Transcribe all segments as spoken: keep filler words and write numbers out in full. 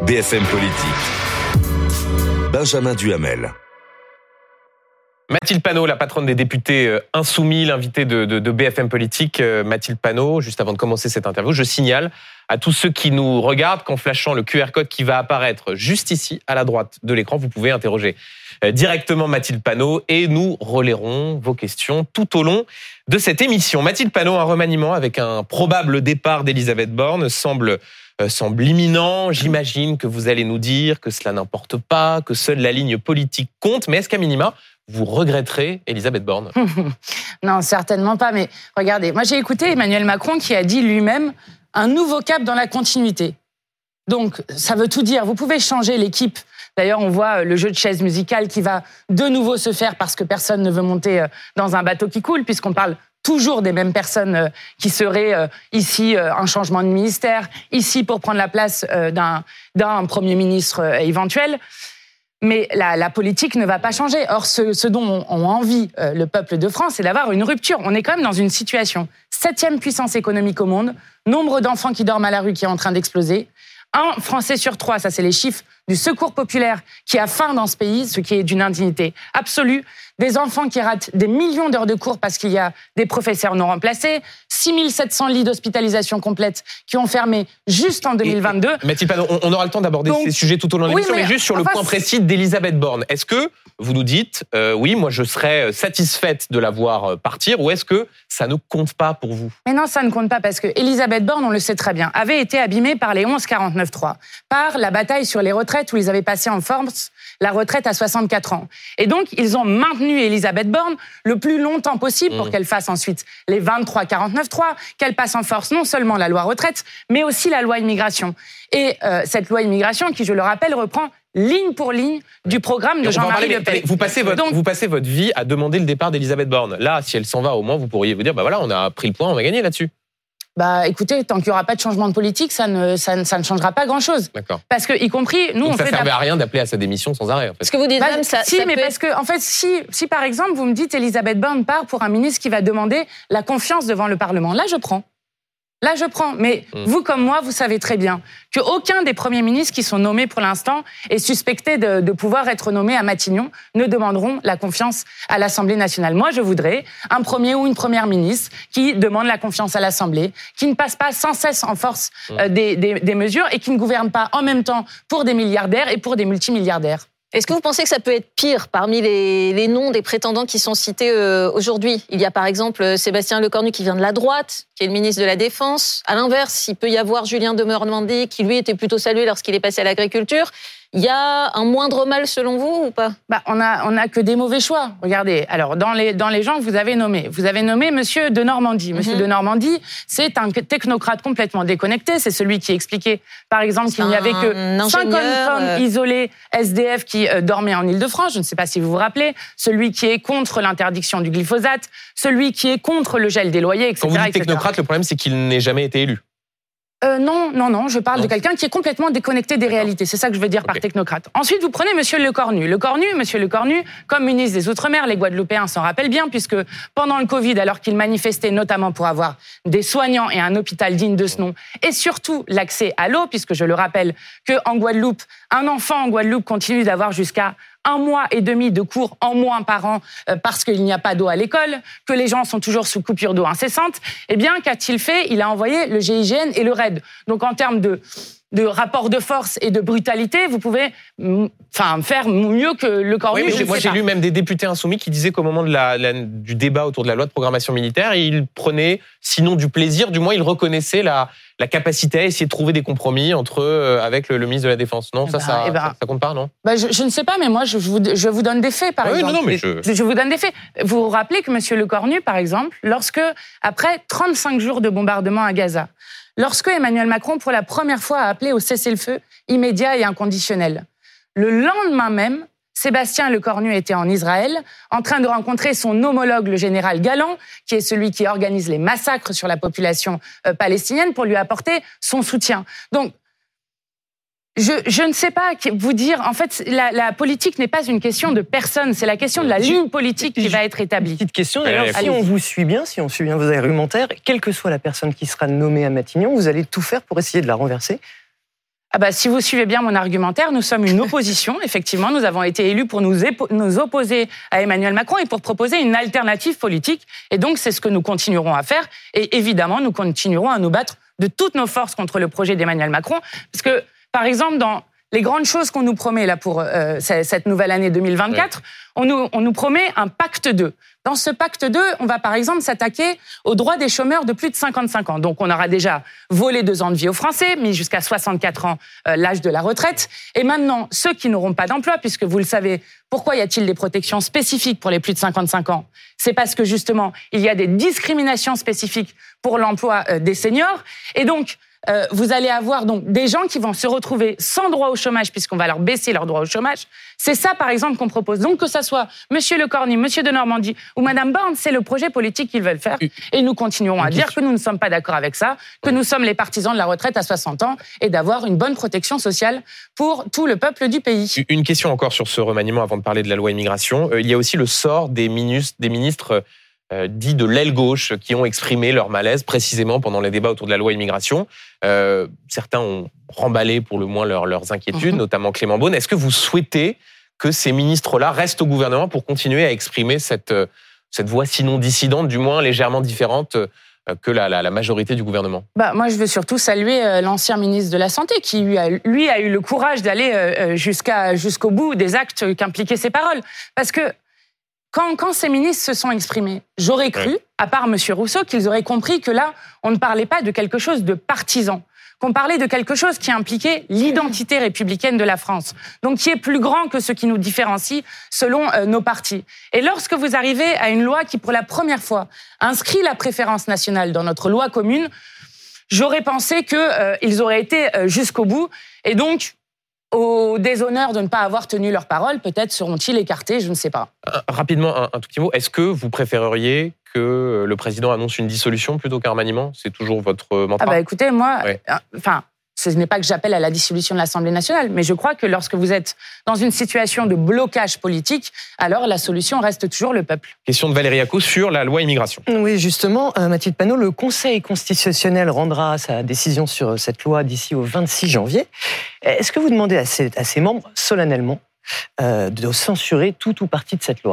B F M Politique. Benjamin Duhamel. Mathilde Panot, la patronne des députés insoumis, l'invitée de, de, de B F M Politique. Mathilde Panot, juste avant de commencer cette interview, je signale à tous ceux qui nous regardent qu'en flashant le Q R code qui va apparaître juste ici, à la droite de l'écran, vous pouvez interroger directement Mathilde Panot et nous relayerons vos questions tout au long de cette émission. Mathilde Panot, un remaniement avec un probable départ d'Elisabeth Borne semble... Euh, semble imminent. J'imagine que vous allez nous dire que cela n'importe pas, que seule la ligne politique compte. Mais est-ce qu'à minima, vous regretterez Elisabeth Borne ? Non, certainement pas. Mais regardez, moi j'ai écouté Emmanuel Macron qui a dit lui-même un nouveau cap dans la continuité. Donc, ça veut tout dire. Vous pouvez changer l'équipe. D'ailleurs, on voit le jeu de chaises musicales qui va de nouveau se faire parce que personne ne veut monter dans un bateau qui coule, puisqu'on parle toujours des mêmes personnes qui seraient euh, ici euh, un changement de ministère, ici pour prendre la place euh, d'un, d'un Premier ministre euh, éventuel. Mais la, la politique ne va pas changer. Or, ce, ce dont ont on envie euh, le peuple de France, c'est d'avoir une rupture. On est quand même dans une situation septième puissance économique au monde, nombre d'enfants qui dorment à la rue qui est en train d'exploser, un Français sur trois, ça c'est les chiffres du Secours populaire, qui a faim dans ce pays, ce qui est d'une indignité absolue. Des enfants qui ratent des millions d'heures de cours parce qu'il y a des professeurs non remplacés, six mille sept cents lits d'hospitalisation complète qui ont fermé juste en deux mille vingt-deux. Et, et, Mathilde Panot, on, on aura le temps d'aborder Donc, ces sujets tout au long de l'émission, oui, mais, mais juste sur le point précis d'Elisabeth Borne. Est-ce que vous nous dites, euh, oui, moi je serais satisfaite de la voir partir, ou est-ce que ça ne compte pas pour vous ? Mais non, ça ne compte pas, parce que Elisabeth Borne, on le sait très bien, avait été abîmée par les onze quarante-neuf trois, par la bataille sur les retraites où ils avaient passé en force la retraite à soixante-quatre ans. Et donc, ils ont maintenu Elisabeth Borne le plus longtemps possible pour mmh. qu'elle fasse ensuite les vingt-trois quarante-neuf trois, qu'elle passe en force non seulement la loi retraite, mais aussi la loi immigration. Et euh, cette loi immigration qui, je le rappelle, reprend ligne pour ligne du programme de Jean-Marie Le Pen. Vous passez, votre, Donc, vous passez votre vie à demander le départ d'Elisabeth Borne. Là, si elle s'en va, au moins, vous pourriez vous dire, bah voilà, on a pris le point, on a gagné là-dessus. Bah, écoutez, tant qu'il n'y aura pas de changement de politique, ça ne, ça ne, ça ne changera pas grand-chose. D'accord. Parce que, y compris, nous, Donc on ça fait... Ça ne servait à rien d'appeler à sa démission sans arrêt, en fait. Ce que vous dites, bah, même, ça... Si, ça mais peut parce que, en fait, si, si, par exemple, vous me dites Elisabeth Borne part pour un ministre qui va demander la confiance devant le Parlement, là, je prends. Là, je prends. Mais mmh. vous, comme moi, vous savez très bien qu'aucun des premiers ministres qui sont nommés pour l'instant et suspectés de, de pouvoir être nommés à Matignon ne demanderont la confiance à l'Assemblée nationale. Moi, je voudrais un premier ou une première ministre qui demande la confiance à l'Assemblée, qui ne passe pas sans cesse en force mmh. euh, des, des, des mesures et qui ne gouverne pas en même temps pour des milliardaires et pour des multimilliardaires. Est-ce que vous pensez que ça peut être pire parmi les, les noms des prétendants qui sont cités euh, aujourd'hui ? Il y a par exemple Sébastien Lecornu qui vient de la droite, qui est le ministre de la Défense. À l'inverse, il peut y avoir Julien Denormandie qui lui était plutôt salué lorsqu'il est passé à l'agriculture. Il y a un moindre mal selon vous ou pas ? Bah, on a, on a que des mauvais choix. Regardez, alors dans les, dans les gens que vous avez nommés, vous avez nommé Monsieur Denormandie. Monsieur mm-hmm. Denormandie, c'est un technocrate complètement déconnecté. C'est celui qui expliquait, par exemple, c'est qu'il n'y avait que cinquante femmes euh... isolées S D F qui euh, dormaient en Île-de-France. Je ne sais pas si vous vous rappelez. Celui qui est contre l'interdiction du glyphosate, celui qui est contre le gel des loyers, et cetera. Quand vous dites technocrate, le problème, c'est qu'il n'ait jamais été élu. Euh, non, non, non, je parle non. de quelqu'un qui est complètement déconnecté des réalités. C'est ça que je veux dire okay. par technocrate. Ensuite, vous prenez Monsieur Lecornu. Lecornu, Monsieur Lecornu, comme ministre des Outre-mer, les Guadeloupéens s'en rappellent bien, puisque pendant le Covid, alors qu'il manifestait notamment pour avoir des soignants et un hôpital digne de ce nom, et surtout l'accès à l'eau, puisque je le rappelle qu'en Guadeloupe, un enfant en Guadeloupe continue d'avoir jusqu'à un mois et demi de cours en moins par an euh, parce qu'il n'y a pas d'eau à l'école, que les gens sont toujours sous coupure d'eau incessante, eh bien, qu'a-t-il fait ? Il a envoyé le G I G N et le R A I D. Donc, en termes de, de rapport de force et de brutalité, vous pouvez enfin, faire mieux que Lecornu. Oui, mais moi, j'ai pas. lu même des députés insoumis qui disaient qu'au moment de la, la, du débat autour de la loi de programmation militaire, ils prenaient, sinon du plaisir, du moins, ils reconnaissaient la, la capacité à essayer de trouver des compromis entre eux, avec le, le ministre de la Défense. Non, eh ça, ben, ça, eh ben, ça, ça compte pas, non ben, je, je ne sais pas, mais moi, je vous, je vous donne des faits, par oui, exemple. Non, non, mais je... je vous donne des faits. Vous vous rappelez que M. Lecornu, par exemple, lorsque, après trente-cinq jours de bombardement à Gaza, lorsque Emmanuel Macron, pour la première fois, a appelé au cessez-le-feu immédiat et inconditionnel, le lendemain même, Sébastien Lecornu était en Israël, en train de rencontrer son homologue, le général Galland, qui est celui qui organise les massacres sur la population euh, palestinienne, pour lui apporter son soutien. Donc, je, je ne sais pas vous dire... En fait, la, la politique n'est pas une question de personne, c'est la question de la ligne politique qui va être établie. Petite question, d'ailleurs, si on vous suit bien, si on suit bien vos argumentaires, quelle que soit la personne qui sera nommée à Matignon, vous allez tout faire pour essayer de la renverser ? Ah bah, si vous suivez bien mon argumentaire, nous sommes une opposition. Effectivement, nous avons été élus pour nous, épo- nous opposer à Emmanuel Macron et pour proposer une alternative politique. Et donc, c'est ce que nous continuerons à faire. Et évidemment, nous continuerons à nous battre de toutes nos forces contre le projet d'Emmanuel Macron. Parce que, par exemple, dans les grandes choses qu'on nous promet là pour euh, cette nouvelle année deux mille vingt-quatre, oui. on, nous, on nous promet un pacte deux. Dans ce pacte deux, on va par exemple s'attaquer aux droits des chômeurs de plus de cinquante-cinq ans. Donc on aura déjà volé deux ans de vie aux Français, mis jusqu'à soixante-quatre ans euh, l'âge de la retraite. Et maintenant, ceux qui n'auront pas d'emploi, puisque vous le savez, pourquoi y a-t-il des protections spécifiques pour les plus de cinquante-cinq ans ? C'est parce que justement, il y a des discriminations spécifiques pour l'emploi euh, des seniors. Et donc, Euh, vous allez avoir donc des gens qui vont se retrouver sans droit au chômage puisqu'on va leur baisser leur droit au chômage. C'est ça, par exemple, qu'on propose. Donc, que ça soit Monsieur Le Cornu, Monsieur de Normandie ou Madame Borne, c'est le projet politique qu'ils veulent faire. Et nous continuerons à dire que nous ne sommes pas d'accord avec ça, que nous sommes les partisans de la retraite à soixante ans et d'avoir une bonne protection sociale pour tout le peuple du pays. Une question encore sur ce remaniement avant de parler de la loi immigration. Il y a aussi le sort des ministres, des ministres Euh, dits de l'aile gauche qui ont exprimé leur malaise précisément pendant les débats autour de la loi immigration. Euh, certains ont remballé pour le moins leur, leurs inquiétudes, mmh. notamment Clément Beaune. Est-ce que vous souhaitez que ces ministres-là restent au gouvernement pour continuer à exprimer cette, cette voix sinon dissidente, du moins légèrement différente que la, la, la majorité du gouvernement ? Bah, moi, je veux surtout saluer euh, l'ancien ministre de la Santé qui, lui a, lui, a eu le courage d'aller euh, jusqu'à, jusqu'au bout des actes qu'impliquaient ses paroles. Parce que Quand, quand ces ministres se sont exprimés, j'aurais cru, ouais. à part M. Rousseau, qu'ils auraient compris que là, on ne parlait pas de quelque chose de partisan, qu'on parlait de quelque chose qui impliquait l'identité républicaine de la France, donc qui est plus grand que ce qui nous différencie selon euh, nos partis. Et lorsque vous arrivez à une loi qui, pour la première fois, inscrit la préférence nationale dans notre loi commune, j'aurais pensé qu'ils euh, auraient été euh, jusqu'au bout, et donc au déshonneur de ne pas avoir tenu leur parole, peut-être seront-ils écartés, je ne sais pas. Rapidement, un, un tout petit mot. Est-ce que vous préféreriez que le président annonce une dissolution plutôt qu'un remaniement ? C'est toujours votre mantra ? Ah bah écoutez, moi, ouais. enfin, ce n'est pas que j'appelle à la dissolution de l'Assemblée nationale, mais je crois que lorsque vous êtes dans une situation de blocage politique, alors la solution reste toujours le peuple. Question de Valérie Acco sur la loi immigration. Oui, justement, Mathilde Panot, le Conseil constitutionnel rendra sa décision sur cette loi d'ici au vingt-six janvier. Est-ce que vous demandez à ses, à ses membres, solennellement, euh, de censurer tout ou partie de cette loi ?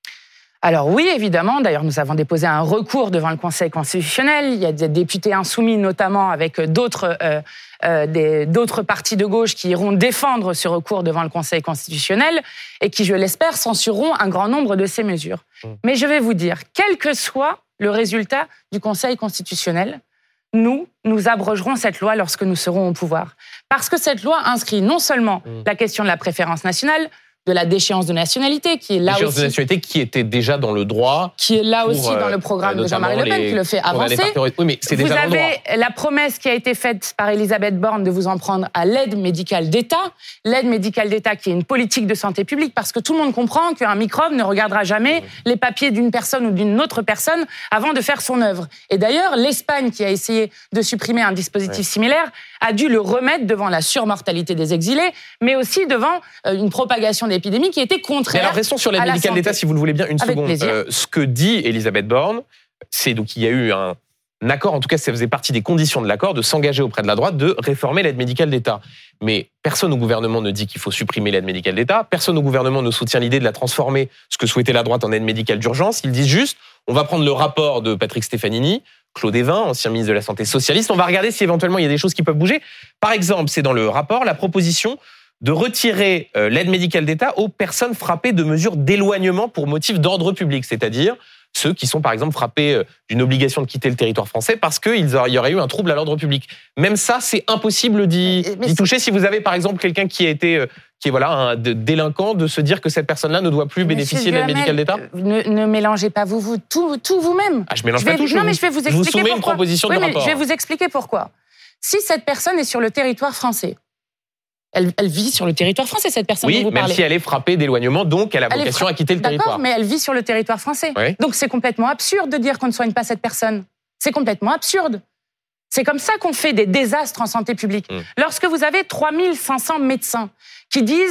Alors oui, évidemment. D'ailleurs, nous avons déposé un recours devant le Conseil constitutionnel. Il y a des députés insoumis, notamment avec d'autres, euh, euh, des, d'autres partis de gauche qui iront défendre ce recours devant le Conseil constitutionnel et qui, je l'espère, censureront un grand nombre de ces mesures. Mmh. Mais je vais vous dire, quel que soit le résultat du Conseil constitutionnel, nous, nous abrogerons cette loi lorsque nous serons au pouvoir. Parce que cette loi inscrit non seulement mmh. la question de la préférence nationale, de la déchéance de nationalité, qui est là déchéance aussi... de nationalité qui était déjà dans le droit... Qui est là aussi dans le programme de Jean-Marie Le Pen, qui le fait avancer. Oui, mais c'est déjà vous dans le droit. Vous avez la promesse qui a été faite par Elisabeth Borne de vous en prendre à l'aide médicale d'État. L'aide médicale d'État qui est une politique de santé publique, parce que tout le monde comprend qu'un microbe ne regardera jamais oui. les papiers d'une personne ou d'une autre personne avant de faire son œuvre. Et d'ailleurs, l'Espagne, qui a essayé de supprimer un dispositif oui. similaire, a dû le remettre devant la surmortalité des exilés, mais aussi devant une propagation d'épidémie qui était contraire. Mais alors restons sur l'aide médicale d'État, si vous le voulez bien, une Avec seconde. Euh, ce que dit Elisabeth Borne, c'est donc il y a eu un accord, en tout cas ça faisait partie des conditions de l'accord, de s'engager auprès de la droite de réformer l'aide médicale d'État. Mais personne au gouvernement ne dit qu'il faut supprimer l'aide médicale d'État, personne au gouvernement ne soutient l'idée de la transformer, ce que souhaitait la droite, en aide médicale d'urgence. Ils disent juste, on va prendre le rapport de Patrick Stefanini, Claude Évin, ancien ministre de la Santé socialiste, on va regarder si éventuellement il y a des choses qui peuvent bouger. Par exemple, c'est dans le rapport la proposition de retirer euh, l'aide médicale d'État aux personnes frappées de mesures d'éloignement pour motif d'ordre public, c'est-à-dire ceux qui sont par exemple frappés euh, d'une obligation de quitter le territoire français parce qu'il y aurait eu un trouble à l'ordre public. Même ça, c'est impossible d'y, d'y toucher si vous avez par exemple quelqu'un qui a été... Euh, qui est voilà, un délinquant, de se dire que cette personne-là ne doit plus bénéficier de l'aide médicale d'État ? Ne, ne mélangez pas vous, vous tout, tout vous-même. Ah, je mélange je vais, pas tout, je non, vous, mais je vais vous expliquer je vous soumets pourquoi. une proposition oui, de mais rapport. Je vais vous expliquer pourquoi. Si cette personne est sur le territoire français, elle, elle vit sur le territoire français, cette personne oui, dont vous parlez. Oui, même si elle est frappée d'éloignement, donc elle a vocation elle à quitter le D'accord, territoire. mais elle vit sur le territoire français. Oui. Donc c'est complètement absurde de dire qu'on ne soigne pas cette personne. C'est complètement absurde. C'est comme ça qu'on fait des désastres en santé publique. Mmh. Lorsque vous avez trois mille cinq cents médecins qui disent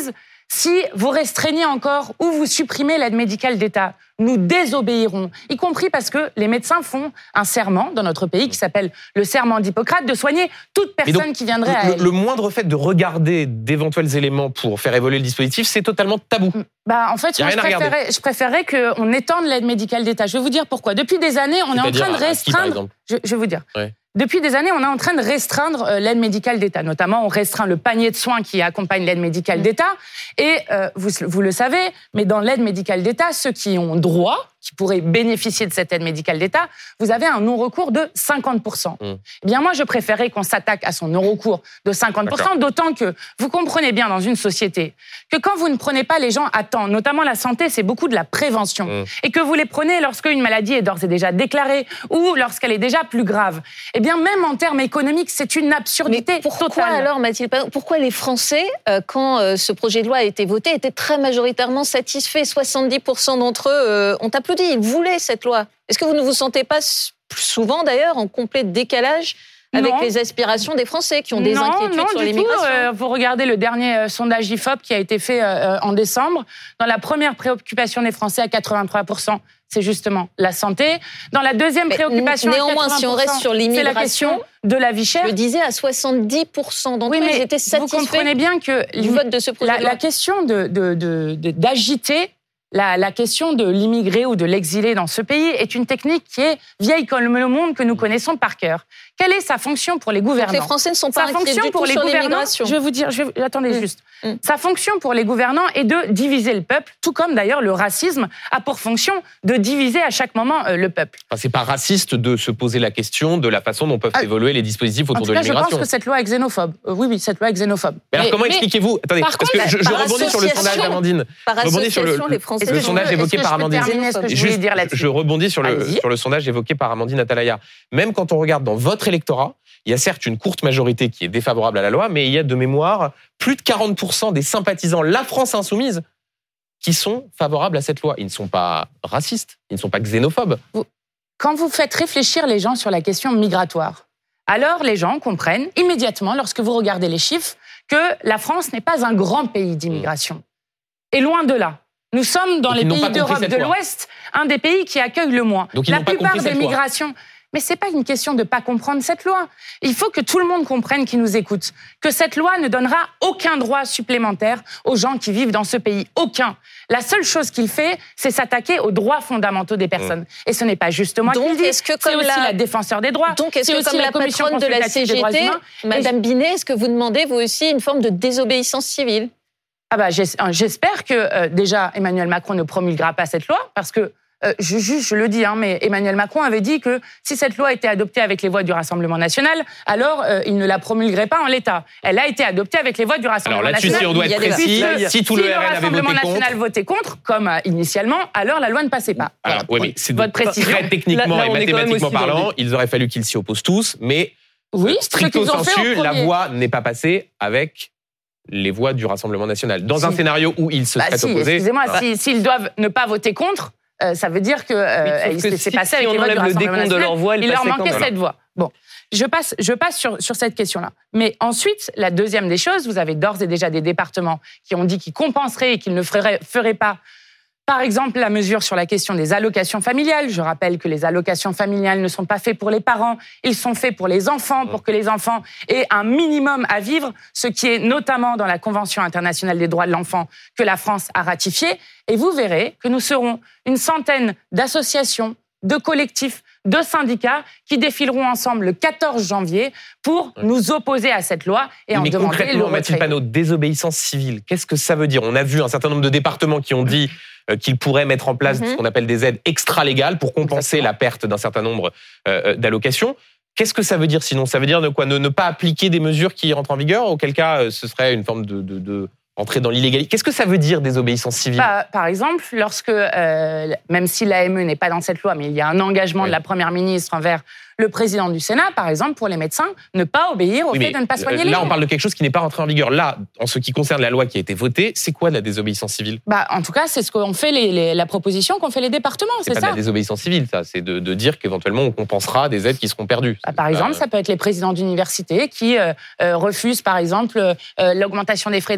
Si vous restreignez encore ou vous supprimez l'aide médicale d'État, nous désobéirons, y compris parce que les médecins font un serment dans notre pays qui s'appelle le serment d'Hippocrate de soigner toute personne donc, qui viendrait à le, elle. Le moindre fait de regarder d'éventuels éléments pour faire évoluer le dispositif, c'est totalement tabou. Bah, en fait, moi, je, préférais, je préférais qu'on étende l'aide médicale d'État. Je vais vous dire pourquoi. Depuis des années, on est, est en train de restreindre... Je, je vais vous dire. Ouais. Depuis des années, on est en train de restreindre euh, l'aide médicale d'État. Notamment, on restreint le panier de soins qui accompagne l'aide médicale d'État. Et euh, vous, vous le savez, mais dans l'aide médicale d'État, ceux qui ont droit, qui pourraient bénéficier de cette aide médicale d'État, vous avez un non-recours de cinquante pour cent. Mmh. Eh bien, moi, je préférais qu'on s'attaque à son non-recours de cinquante pour cent, d'autant que vous comprenez bien dans une société que quand vous ne prenez pas les gens à temps, notamment la santé, c'est beaucoup de la prévention, mmh. et que vous les prenez lorsqu'une maladie est d'ores et déjà déclarée ou lorsqu'elle est déjà plus grave, eh bien, même en termes économiques, c'est une absurdité Mais pourquoi totale. alors, Mathilde Panot, pourquoi les Français, euh, quand euh, ce projet de loi a été voté, étaient très majoritairement satisfaits? soixante-dix pour cent d'entre eux euh, ont applaudi. Ils voulaient cette loi. Est-ce que vous ne vous sentez pas souvent, d'ailleurs, en complet décalage avec non. les aspirations des Français qui ont des non, inquiétudes non, sur du l'immigration? Tout. Euh, vous regardez le dernier euh, sondage I F O P qui a été fait euh, en décembre. Dans la première préoccupation des Français à quatre-vingt-trois pour cent, c'est justement la santé. Dans la deuxième Mais préoccupation, néanmoins, à si on reste sur l'immigration, c'est la question de la vie chère. Je disais à soixante-dix pour cent d'entre oui, eux, ils étaient satisfaits. Vous comprenez bien que du vote de ce projet la, de loi. La question de, de, de, de, d'agiter La, la question de l'immigré ou de l'exilé dans ce pays est une technique qui est vieille comme le monde, que nous connaissons par cœur. Quelle est sa fonction pour les gouvernants? Donc les Français ne sont pas sa fonction du pour tout les sur gouvernants, l'immigration. Je vais vous dire, je vais, attendez mmh. juste. Mmh. Sa fonction pour les gouvernants est de diviser le peuple, tout comme d'ailleurs le racisme a pour fonction de diviser à chaque moment euh, le peuple. Enfin, c'est pas raciste de se poser la question de la façon dont peuvent ah, évoluer les dispositifs autour de l'immigration. En tout cas, je pense que cette loi est xénophobe. Euh, oui, oui, cette loi est xénophobe. Mais alors, mais, comment mais, expliquez-vous? Attendez, parce contre, que je, je rebondis sur le sondage d'Amandine. Par je rebondis sur le, les Français le sondage veux, évoqué par Amandine. Ce que je, Juste, dire je rebondis sur le, sur le sondage évoqué par Amandine Atalaya. Même quand on regarde dans votre électorat, il y a certes une courte majorité qui est défavorable à la loi, mais il y a de mémoire plus de quarante pour cent des sympathisants La France Insoumise qui sont favorables à cette loi. Ils ne sont pas racistes, ils ne sont pas xénophobes. Quand vous faites réfléchir les gens sur la question migratoire, alors les gens comprennent immédiatement, lorsque vous regardez les chiffres, que la France n'est pas un grand pays d'immigration. Et loin de là. Nous sommes dans Donc, les pays d'Europe de l'Ouest, un des pays qui accueille le moins. Donc, la plupart des migrations... Loi. Mais c'est pas une question de pas comprendre cette loi. Il faut que tout le monde comprenne, qui nous écoute, que cette loi ne donnera aucun droit supplémentaire aux gens qui vivent dans ce pays. Aucun. La seule chose qu'il fait, c'est s'attaquer aux droits fondamentaux des personnes. Mmh. Et ce n'est pas juste moi Donc, qui le dis. est-ce que c'est aussi la... la défenseur des droits. Donc, est-ce c'est que aussi comme la, la commission patronne de la C G T, Madame Binet, est-ce que vous demandez, vous aussi, une forme de désobéissance civile? Ah bah, j'espère que, euh, déjà, Emmanuel Macron ne promulguera pas cette loi, parce que Euh, je, juste, je le dis, hein, mais Emmanuel Macron avait dit que si cette loi était adoptée avec les voix du Rassemblement national, alors euh, il ne la promulguerait pas en l'état. Elle a été adoptée avec les voix du Rassemblement alors, national. Alors là-dessus, si on doit être précis, si, si tout si le, le R N Rassemblement avait voté national contre, votait contre, comme euh, initialement, alors la loi ne passait pas. Alors, voilà. oui, mais c'est votre précision. Très techniquement là, là, et mathématiquement parlant, le... il aurait fallu qu'ils s'y opposent tous, mais oui, stricto sensu, la voix n'est pas passée avec les voix du Rassemblement national. Dans si. un scénario où ils se bah, seraient si, opposés... Excusez-moi, ah. s'ils si, doivent ne pas voter contre, Euh, ça veut dire que euh, il s'est passé avec les voix du Rassemblement national. De leur voix, il leur manquait cette voix. Bon, je passe, je passe sur, sur cette question-là. Mais ensuite, la deuxième des choses, vous avez d'ores et déjà des départements qui ont dit qu'ils compenseraient et qu'ils ne feraient, feraient pas, par exemple, la mesure sur la question des allocations familiales. Je rappelle que les allocations familiales ne sont pas faites pour les parents, ils sont faits pour les enfants, pour que les enfants aient un minimum à vivre, ce qui est notamment dans la Convention internationale des droits de l'enfant que la France a ratifiée. Et vous verrez que nous serons une centaine d'associations, de collectifs, de syndicats qui défileront ensemble le quatorze janvier pour ouais. nous opposer à cette loi et oui, en mais demander le concrètement, retrait. Mathilde Panot, désobéissance civile, qu'est-ce que ça veut dire? On a vu un certain nombre de départements qui ont dit euh, qu'ils pourraient mettre en place mm-hmm. ce qu'on appelle des aides extra-légales pour compenser Exactement. la perte d'un certain nombre euh, d'allocations. Qu'est-ce que ça veut dire sinon? Ça veut dire de quoi? Ne, ne pas appliquer des mesures qui rentrent en vigueur? Auquel cas, euh, ce serait une forme de... de, de... entrer dans l'illégalité. Qu'est-ce que ça veut dire, désobéissance civile? bah, Par exemple, lorsque, euh, même si l'A M E n'est pas dans cette loi, mais il y a un engagement oui. de la Première ministre envers le président du Sénat, par exemple, pour les médecins, ne pas obéir au oui, fait de ne pas soigner là, les gens. Là, on parle de quelque chose qui n'est pas rentré en vigueur. Là, en ce qui concerne la loi qui a été votée, c'est quoi de la désobéissance civile? bah, En tout cas, c'est ce qu'ont fait les, les, la proposition qu'ont fait les départements, c'est, c'est pas ça. de la désobéissance civile, ça. C'est de, de dire qu'éventuellement, on compensera des aides qui seront perdues. Bah, par exemple, euh... ça peut être les présidents d'université qui euh, euh, refusent, par exemple, euh, l'augmentation des frais d'inscription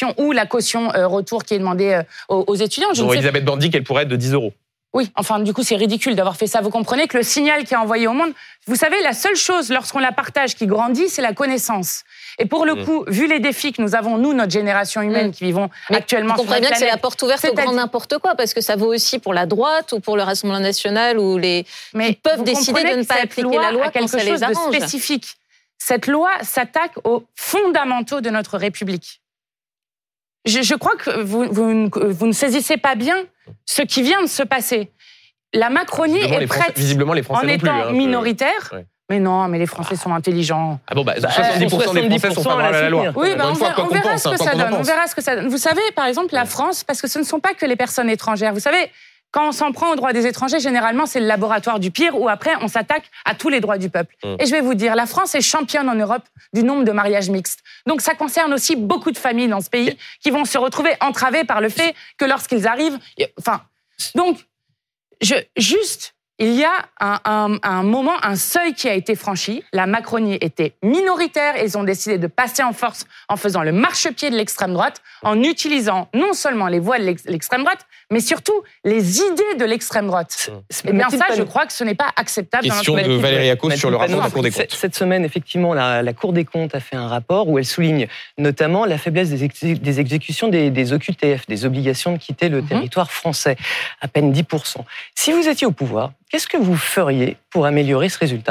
l'immigration ou la caution euh, retour qui est demandée euh, aux, aux étudiants. Je Donc, ne sais... Elisabeth Borne dit qu'elle pourrait être de dix euros. Oui, enfin, du coup, c'est ridicule d'avoir fait ça. Vous comprenez que le signal qui est envoyé au monde... Vous savez, la seule chose, lorsqu'on la partage, qui grandit, c'est la connaissance. Et pour le mmh. coup, vu les défis que nous avons, nous, notre génération humaine, mmh. qui vivons Mais actuellement sur la planète... Vous comprenez bien que c'est la porte ouverte au grand n'importe quoi, parce que ça vaut aussi pour la droite ou pour le Rassemblement national, où les... Mais ils peuvent décider de ne pas appliquer la loi quand ça les arrange. Quelque chose de spécifique. Cette loi s'attaque aux fondamentaux de notre République. Je, je crois que vous, vous, vous ne saisissez pas bien ce qui vient de se passer. La Macronie visiblement, est prête, Français, visiblement, les Français en non étant plus, hein, minoritaire. Ouais. Mais non, mais les Français sont intelligents. Ah bon, bah, soixante-dix pour cent des Français sont favorables à la loi. Oui, bah, on, fois, verra, on verra ce que ça donne. On pense. verra ce que ça donne. Vous savez, par exemple, la France, parce que ce ne sont pas que les personnes étrangères. Vous savez, quand on s'en prend aux droits des étrangers, généralement, c'est le laboratoire du pire, où après, on s'attaque à tous les droits du peuple. Mmh. Et je vais vous dire, la France est championne en Europe du nombre de mariages mixtes. Donc, ça concerne aussi beaucoup de familles dans ce pays okay. qui vont se retrouver entravées par le fait que lorsqu'ils arrivent... Enfin, donc, je, juste... Il y a un, un, un moment, un seuil qui a été franchi. La Macronie était minoritaire et ils ont décidé de passer en force en faisant le marchepied de l'extrême droite, en utilisant non seulement les voix de l'extrême droite, mais surtout les idées de l'extrême droite. Et bien ça, je crois que ce n'est pas acceptable. Question de Valérie Acos sur le rapport de la Cour des comptes. Cette semaine, effectivement, la, la Cour des comptes a fait un rapport où elle souligne notamment la faiblesse des, ex, des exécutions des, des O Q T F, des obligations de quitter le mmh. territoire français, à peine dix pour cent. Si vous étiez au pouvoir, qu'est-ce que vous feriez pour améliorer ce résultat ?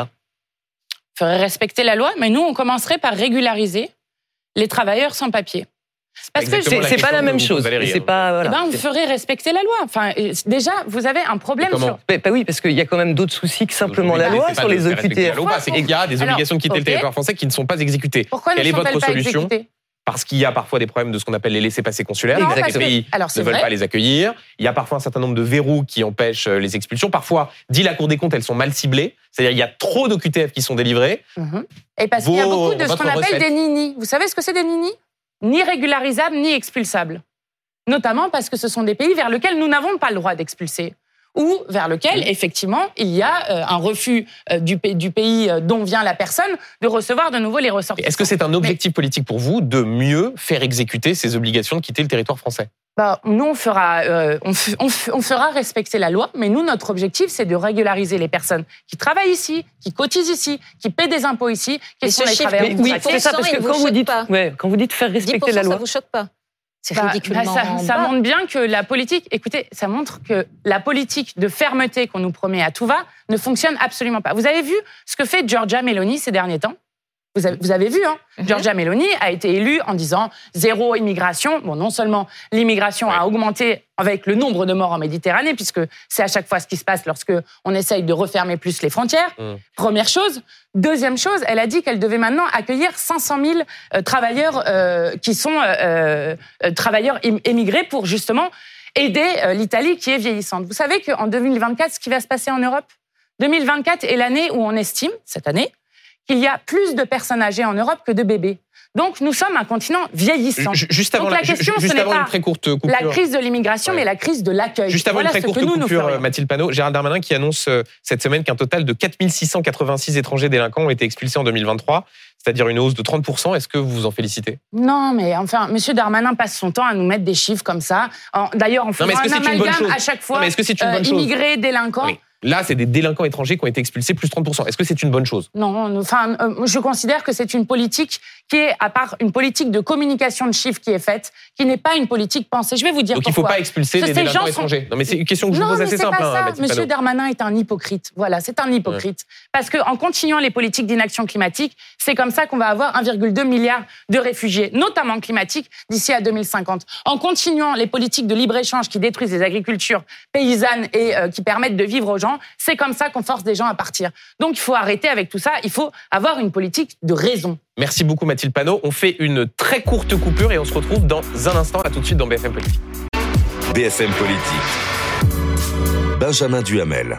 Il faudrait respecter la loi, mais nous, on commencerait par régulariser les travailleurs sans papier. Parce que c'est, c'est pas la même chose. C'est pas, voilà. Eh ben, on ferait respecter la loi. Enfin, déjà, vous avez un problème sur... Bah, bah oui, parce qu'il y a quand même d'autres soucis que simplement la loi sur les O Q T F. C'est qu'il y a des obligations de quitter le territoire français qui ne sont pas exécutées. Pourquoi Quelle ne est votre sont-elles pas solution ? exécutées ? Parce qu'il y a parfois des problèmes de ce qu'on appelle les laissez-passer consulaires. Non, les pays Alors, ne veulent vrai. pas les accueillir. Il y a parfois un certain nombre de verrous qui empêchent les expulsions. Parfois, dit la Cour des comptes, elles sont mal ciblées. C'est-à-dire qu'il y a trop d'O Q T F qui sont délivrés. Mm-hmm. Et parce Vos, qu'il y a beaucoup de ce qu'on appelle recette. des ninis. Vous savez ce que c'est des ninis ? Ni régularisables, ni expulsables. Notamment parce que ce sont des pays vers lesquels nous n'avons pas le droit d'expulser. Ou vers lequel, mmh. effectivement, il y a euh, un refus euh, du, pays, du pays dont vient la personne de recevoir de nouveau les ressortissants. Est-ce que c'est un objectif Mais, politique pour vous de mieux faire exécuter ces obligations de quitter le territoire français ? Bah, nous, on fera, euh, on, f- on, f- on fera respecter la loi, mais nous, notre objectif, c'est de régulariser les personnes qui travaillent ici, qui cotisent ici, qui paient des impôts ici, qui mais sont les travailleurs. Oui, c'est ça, parce que quand vous, dites, ouais, quand vous dites faire respecter la loi... ça vous choque pas ? C'est bah, ridiculement bah, ça, ça montre bien que la politique, écoutez, ça montre que la politique de fermeté qu'on nous promet à tout va ne fonctionne absolument pas. Vous avez vu ce que fait Giorgia Meloni ces derniers temps ? Vous avez, vous avez vu, hein mm-hmm. Giorgia Meloni a été élue en disant zéro immigration. Bon, non seulement l'immigration ouais. a augmenté avec le nombre de morts en Méditerranée, puisque c'est à chaque fois ce qui se passe lorsque on essaye de refermer plus les frontières. Mm. Première chose. Deuxième chose, elle a dit qu'elle devait maintenant accueillir cinq cent mille euh, travailleurs euh, qui sont euh, euh, travailleurs émigrés pour justement aider euh, l'Italie qui est vieillissante. Vous savez qu'en deux mille vingt-quatre, ce qui va se passer en Europe, deux mille vingt-quatre est l'année où on estime, cette année, qu'il y a plus de personnes âgées en Europe que de bébés. Donc, nous sommes un continent vieillissant. Juste avant, Donc, la, la, question, juste ce n'est avant pas une très courte coupure. La crise de l'immigration, ouais. mais la crise de l'accueil. Juste avant voilà une très courte nous, coupure, nous Mathilde Panot, Gérald Darmanin qui annonce cette semaine qu'un total de quatre mille six cent quatre-vingt-six étrangers délinquants ont été expulsés en deux mille vingt-trois, c'est-à-dire une hausse de trente pour cent. Est-ce que vous vous en félicitez ? Non, mais enfin, M. Darmanin passe son temps à nous mettre des chiffres comme ça. D'ailleurs, en faisant un amalgame à chaque fois, non, mais est-ce que c'est une bonne euh, chose ? immigrés, délinquants... Oui. Là, c'est des délinquants étrangers qui ont été expulsés, plus trente pour cent. Est-ce que c'est une bonne chose ? Non, enfin, euh, je considère que c'est une politique qui est, à part une politique de communication de chiffres qui est faite, qui n'est pas une politique pensée. Je vais vous dire Donc pourquoi. Donc il ne faut pas expulser Parce des délinquants sont... étrangers. Non, mais c'est une question que je vous pose assez simple. Non, mais c'est pas hein, ça. Monsieur Darmanin est un hypocrite. Voilà, c'est un hypocrite. Ouais. Parce qu'en continuant les politiques d'inaction climatique, c'est comme ça qu'on va avoir un virgule deux milliard de réfugiés, notamment climatiques, d'ici à deux mille cinquante. En continuant les politiques de libre-échange qui détruisent les agricultures paysannes et euh, qui permettent de vivre aux gens, c'est comme ça qu'on force des gens à partir. Donc il faut arrêter avec tout ça, il faut avoir une politique de raison. Merci beaucoup Mathilde Panot. On fait une très courte coupure et on se retrouve dans un instant. À tout de suite dans B F M Politique. B F M Politique. Benjamin Duhamel.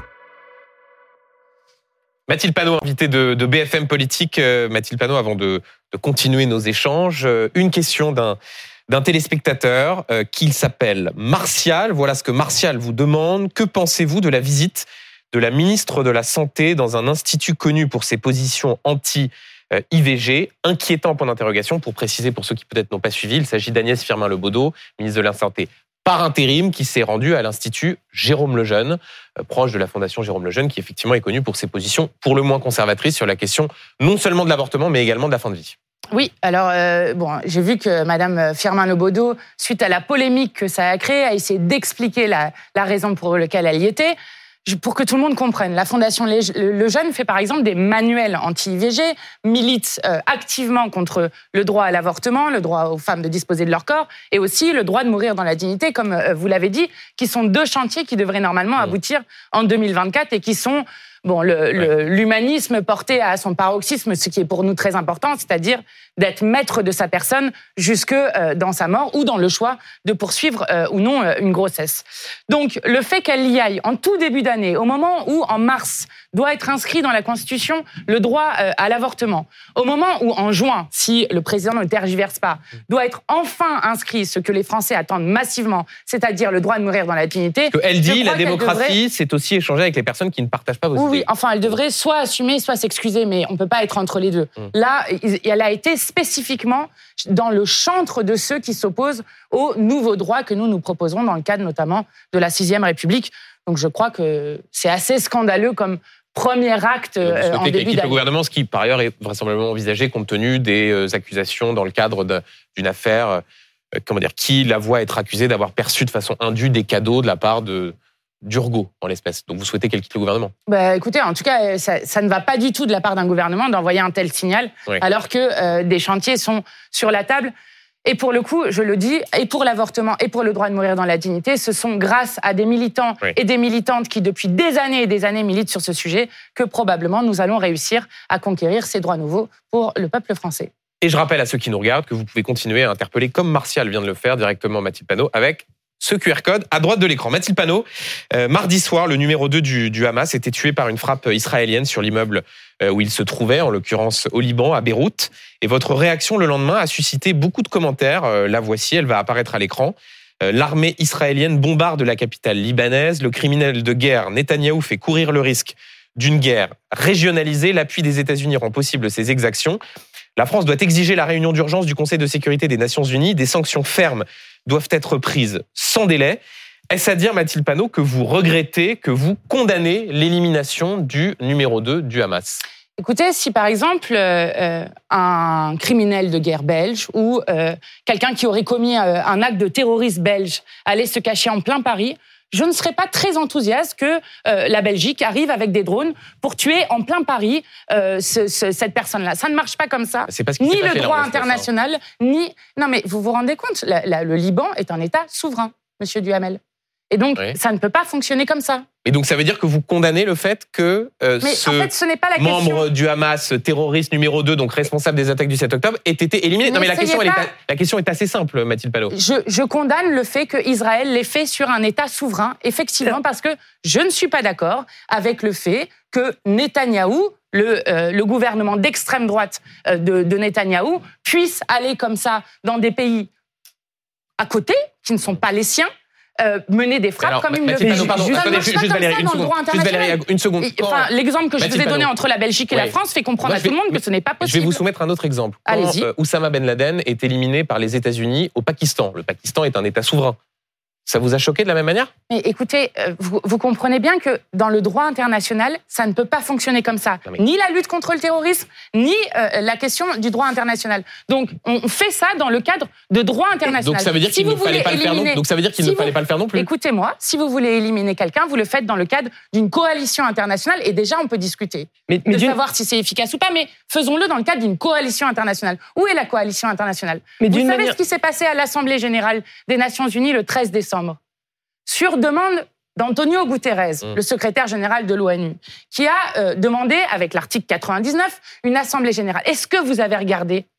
Mathilde Panot, invitée de, de B F M Politique. Euh, Mathilde Panot, avant de, de continuer nos échanges, euh, une question d'un, d'un téléspectateur euh, qui s'appelle Martial. Voilà ce que Martial vous demande. Que pensez-vous de la visite de la ministre de la Santé dans un institut connu pour ses positions anti euh, I V G. Inquiétant point d'interrogation, pour préciser pour ceux qui peut-être n'ont pas suivi, il s'agit d'Agnès Firmin-Lebaudot, ministre de la Santé par intérim, qui s'est rendue à l'Institut Jérôme Lejeune, euh, proche de la Fondation Jérôme Lejeune, qui effectivement est connue pour ses positions pour le moins conservatrices sur la question non seulement de l'avortement, mais également de la fin de vie. Oui, alors euh, bon, j'ai vu que Madame Firmin-Lebaudot, suite à la polémique que ça a créée, a essayé d'expliquer la, la raison pour laquelle elle y était. Pour que tout le monde comprenne, la Fondation Lejeune fait par exemple des manuels anti-I V G, milite euh, activement contre le droit à l'avortement, le droit aux femmes de disposer de leur corps, et aussi le droit de mourir dans la dignité, comme euh, vous l'avez dit, qui sont deux chantiers qui devraient normalement aboutir en deux mille vingt-quatre et qui sont bon, le, le, l'humanisme porté à son paroxysme, ce qui est pour nous très important, c'est-à-dire d'être maître de sa personne jusque euh, dans sa mort ou dans le choix de poursuivre euh, ou non euh, une grossesse. Donc, le fait qu'elle y aille en tout début d'année, au moment où, en mars, doit être inscrit dans la Constitution le droit euh, à l'avortement, au moment où, en juin, si le président ne tergiverse pas, doit être enfin inscrit ce que les Français attendent massivement, c'est-à-dire le droit de mourir dans la dignité. Ce qu'elle dit, la démocratie, devrait... c'est aussi échanger avec les personnes qui ne partagent pas vos oui, idées. Oui, enfin, elle devrait soit assumer, soit s'excuser, mais on ne peut pas être entre les deux. Mmh. Là, elle a été spécifiquement dans le chantre de ceux qui s'opposent aux nouveaux droits que nous nous proposons dans le cadre notamment de la sixième République. Donc je crois que c'est assez scandaleux comme premier acte euh, en début d'année. Le gouvernement, ce qui par ailleurs est vraisemblablement envisagé compte tenu des euh, accusations dans le cadre de, d'une affaire, euh, comment dire, qui la voit être accusée d'avoir perçu de façon indue des cadeaux de la part de d'Urgo, en l'espèce. Donc vous souhaitez qu'elle quitte le gouvernement ? Bah, écoutez, en tout cas, ça, ça ne va pas du tout de la part d'un gouvernement d'envoyer un tel signal, oui. alors que euh, des chantiers sont sur la table. Et pour le coup, je le dis, et pour l'avortement et pour le droit de mourir dans la dignité, ce sont grâce à des militants oui. et des militantes qui, depuis des années et des années, militent sur ce sujet, que probablement nous allons réussir à conquérir ces droits nouveaux pour le peuple français. Et je rappelle à ceux qui nous regardent que vous pouvez continuer à interpeller, comme Martial vient de le faire, directement Mathilde Panot, avec ce Q R code à droite de l'écran. Mathilde Panot, euh, mardi soir, le numéro deux du, du Hamas était tué par une frappe israélienne sur l'immeuble euh, où il se trouvait, en l'occurrence au Liban, à Beyrouth. Et votre réaction le lendemain a suscité beaucoup de commentaires. Euh, la voici, elle va apparaître à l'écran. Euh, l'armée israélienne bombarde la capitale libanaise. Le criminel de guerre Netanyahou fait courir le risque d'une guerre régionalisée. L'appui des États-Unis rend possible ces exactions. La France doit exiger la réunion d'urgence du Conseil de sécurité des Nations Unies. Des sanctions fermes doivent être prises sans délai. Est-ce à dire, Mathilde Panot, que vous regrettez, que vous condamnez l'élimination du numéro deux du Hamas ? Écoutez, si par exemple euh, un criminel de guerre belge ou euh, quelqu'un qui aurait commis euh, un acte de terrorisme belge allait se cacher en plein Paris, je ne serais pas très enthousiaste que euh, la Belgique arrive avec des drones pour tuer en plein Paris euh, ce, ce, cette personne-là. Ça ne marche pas comme ça. C'est parce ni pas le fait droit là, international, ni... Non mais vous vous rendez compte, la, la, le Liban est un État souverain, Monsieur Duhamel. Et donc, oui. ça ne peut pas fonctionner comme ça. Et donc, ça veut dire que vous condamnez le fait que euh, Mais ce, en fait, ce n'est pas la membre question. du Hamas, terroriste numéro deux, donc responsable des attaques du sept octobre, ait été éliminé. Non, mais la question, elle est, la question est assez simple, Mathilde Panot. Je, je condamne le fait qu'Israël l'ait fait sur un État souverain, effectivement, parce que je ne suis pas d'accord avec le fait que Netanyahou, le, euh, le gouvernement d'extrême droite euh, de, de Netanyahou, puisse aller comme ça dans des pays à côté, qui ne sont pas les siens, Euh, mener des frappes alors, comme il me le fait. Juste, pardon, attendez, juste, juste Valérie, une seconde. Juste Valérie, une seconde. Et, enfin, l'exemple que je vous ai donné entre la Belgique et oui. la France fait comprendre Moi, à tout le monde vais, que ce n'est pas possible. Je vais vous soumettre un autre exemple. Quand Allez-y. euh, Oussama Ben Laden est éliminé par les États-Unis au Pakistan. Le Pakistan est un État souverain. Ça vous a choqué de la même manière ? Mais écoutez, vous, vous comprenez bien que dans le droit international, ça ne peut pas fonctionner comme ça. Mais... Ni la lutte contre le terrorisme, ni euh, la question du droit international. Donc, on fait ça dans le cadre de droit international. Donc ça veut dire si qu'il ne fallait pas éliminer... le faire non. Donc ça veut dire qu'il si ne vous... fallait pas le faire non plus. Écoutez-moi, si vous voulez éliminer quelqu'un, vous le faites dans le cadre d'une coalition internationale et déjà on peut discuter mais, mais de d'une... savoir si c'est efficace ou pas. Mais faisons-le dans le cadre d'une coalition internationale. Où est la coalition internationale ? mais Vous savez manière... ce qui s'est passé à l'Assemblée générale des Nations Unies le treize décembre ? Sur demande d'Antonio Guterres, mmh. le secrétaire général de l'ONU, qui a euh, demandé, avec l'article quatre-vingt-dix-neuf, une assemblée générale. Est-ce que vous avez regardé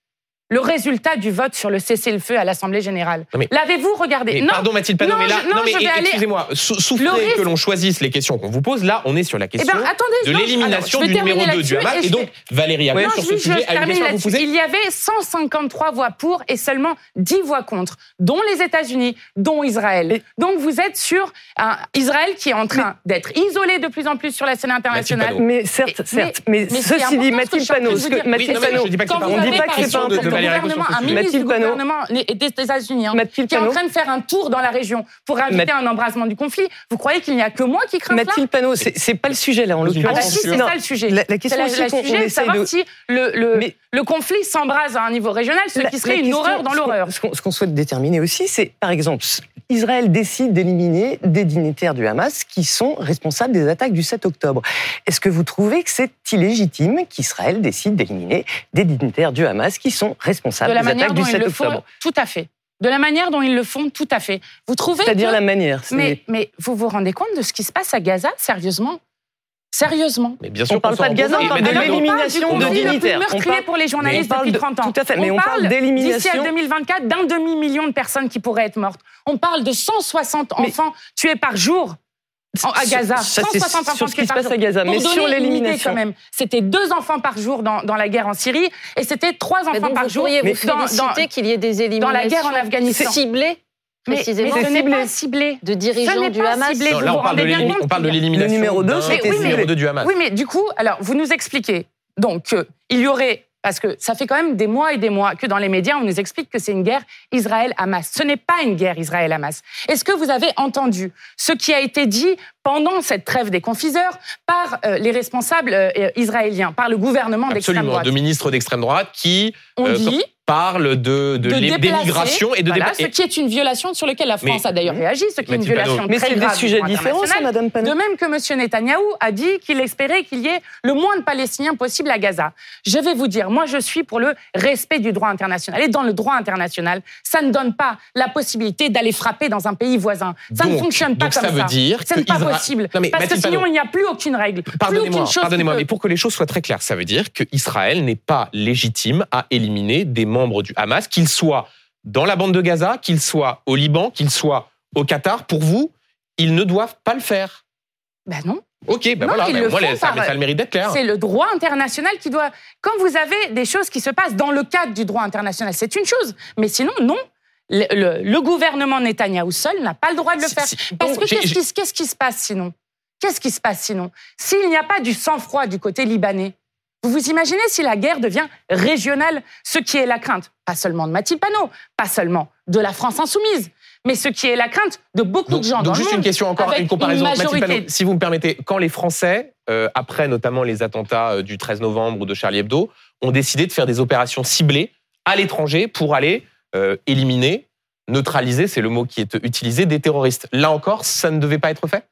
le résultat du vote sur le cessez-le-feu à l'Assemblée générale. Mais, L'avez-vous regardé? mais Non. Pardon Mathilde Panot, Non, mais là, je- non, non, mais je vais aller- excusez-moi, sou- souffrez risque- que l'on choisisse les questions qu'on vous pose. Là, on est sur la question Eh ben, attendez, de non, l'élimination alors, je du vais numéro terminer deux du là-dessus Hamas. et Et je donc, vais- Valérie Aguirre, Non, sur je ce vais- je sujet, a une termine question à vous là-dessus. poser. Il y avait cent cinquante-trois voix pour et seulement dix voix contre, dont les États-Unis, dont Israël. Et- Donc vous êtes sur un Israël qui est en train d'être isolé de plus en plus sur la scène internationale. Panot. Mais certes, Et- certes, mais, mais c'est ceci dit, important ce que Mathilde je suis en train de Panot, vous ce que- dire. Oui, Mathilde non, mais Panot, je dis pas que c'est Quand pas vous on important. dit avez, pas par que c'est pas exemple, de- de le Valérie Aguirre sur gouvernement, ce un sujet. ministre du Mathilde Panot. gouvernement des États-Unis, hein, Mathilde qui est en Panot. train de faire un tour dans la région pour inviter un embrasement du conflit. Vous croyez qu'il n'y a que moi qui crains cela? Mathilde Panot, c'est c'est pas le sujet là, en Ah bah Ah bah l'occurrence. si, c'est Non, ça le sujet. La, la C'est question la, aussi la qu'on sujet on de essaie savoir de... si le, le, Mais- le conflit s'embrase à un niveau régional, ce La- qui serait la une question, horreur dans ce qu'on- l'horreur. Ce qu'on ce qu'on souhaite déterminer aussi, c'est, par exemple, Israël décide d'éliminer des dignitaires du Hamas qui sont responsables des attaques du sept octobre. Est-ce que vous trouvez que c'est illégitime qu'Israël décide d'éliminer des dignitaires du Hamas qui sont responsables De la des manière attaques du dont ils sept le font, octobre? tout à fait. De la manière dont ils le font, tout à fait. Vous trouvez C'est-à-dire que- la manière. c'est- mais, mais vous vous rendez compte de ce qui se passe à Gaza, sérieusement? Sérieusement. Mais bien sûr On parle qu'on pas s'en de Gaza, rend on compte. parle Mais de Mathilde Panot, l'élimination parle de du conflit le plus dignitaires. On meurtrier parle- pour les journalistes on parle depuis de- trente ans. tout à fait, mais on parle D'ici d'élimination- à deux mille vingt-quatre, d'un demi-million de personnes qui pourraient être mortes. On parle de cent soixante Mais- enfants tués par jour en- à Gaza. Ça, c'est cent soixante sur enfants ce tués qui se par passe jour. à Gaza. Pour Mais donner sur une idée, l'élimination. quand même, c'était deux enfants par jour dans, dans la guerre en Syrie et c'était trois Mais enfants donc, par vous jour pourriez vous dans, dans- féliciter qu'il y ait des éliminations dans la guerre en Afghanistan. ciblées, mais, mais précisément, ce n'est ciblé. pas ciblé. de Ce dirigeants n'est du pas Hamas. ciblé. Non, vous là, vous on parle de rendez bien l'élim- compte on parle de qu'il y a- l'élimination Le numéro deux, d'un- c'était du ciblé. numéro deux du Hamas. Oui, mais du coup, alors, vous nous expliquez donc euh, il y aurait, parce que ça fait quand même des mois et des mois que dans les médias, on nous explique que c'est une guerre Israël-Hamas. Ce n'est pas une guerre Israël-Hamas. Est-ce que vous avez entendu ce qui a été dit pendant cette trêve des confiseurs par euh, les responsables euh, israéliens, par le gouvernement d'extrême Absolument, droite? de ministres d'extrême droite qui On euh, dit parlent de, de, de l'é- déplacer, d'émigration et de voilà, dépa- ce qui est une violation sur laquelle la France Mais- a d'ailleurs réagi, ce qui est une Mathilde Panot. violation Mais très c'est des grave du sujets droit différents, ça, international. Madame Panot. De même que M. Netanyahou a dit qu'il espérait qu'il y ait le moins de Palestiniens possible à Gaza. Je vais vous dire, moi je suis pour le respect du droit international. Et dans le droit international, ça ne donne pas la possibilité d'aller frapper dans un pays voisin. Ça Donc- ne fonctionne pas donc comme ça ça. veut dire Ce que n'est pas Isra- possible. Non, mais parce que Mathilde sinon, Panot. il n'y a plus aucune règle. Plus Pardonnez-moi, aucune chose pardonnez-moi, qui mais peut- pour que les choses soient très claires, ça veut dire qu'Israël n'est pas légitime à éliminer des membres du Hamas, qu'ils soient dans la bande de Gaza, qu'ils soient au Liban, qu'ils soient au Qatar. Pour vous, ils ne doivent pas le faire. Ben non. Ok, ben Non, voilà, ils ben le moi, font ça, par- ça a le mérite d'être clair. C'est le droit international qui doit... Quand vous avez des choses qui se passent dans le cadre du droit international, c'est une chose. Mais sinon, non. Le, le- le gouvernement Netanyahou seul n'a pas le droit de le Si- faire. si- Parce bon, que j'ai- qu'est-ce j'ai- qui, qu'est-ce qui se passe sinon? Qu'est-ce qui se passe sinon? S'il n'y a pas du sang-froid du côté libanais, vous vous imaginez si la guerre devient régionale, ce qui est la crainte, pas seulement de Mathilde Panot, pas seulement de la France insoumise, mais ce qui est la crainte de beaucoup Donc, de gens donc dans juste le monde. une question encore, avec une comparaison. une Mathilde majorité- Panot, si vous me permettez, quand les Français, euh, après notamment les attentats euh, du treize novembre ou de Charlie Hebdo, ont décidé de faire des opérations ciblées à l'étranger pour aller euh, éliminer, neutraliser, c'est le mot qui est utilisé, des terroristes. Là encore, ça ne devait pas être fait?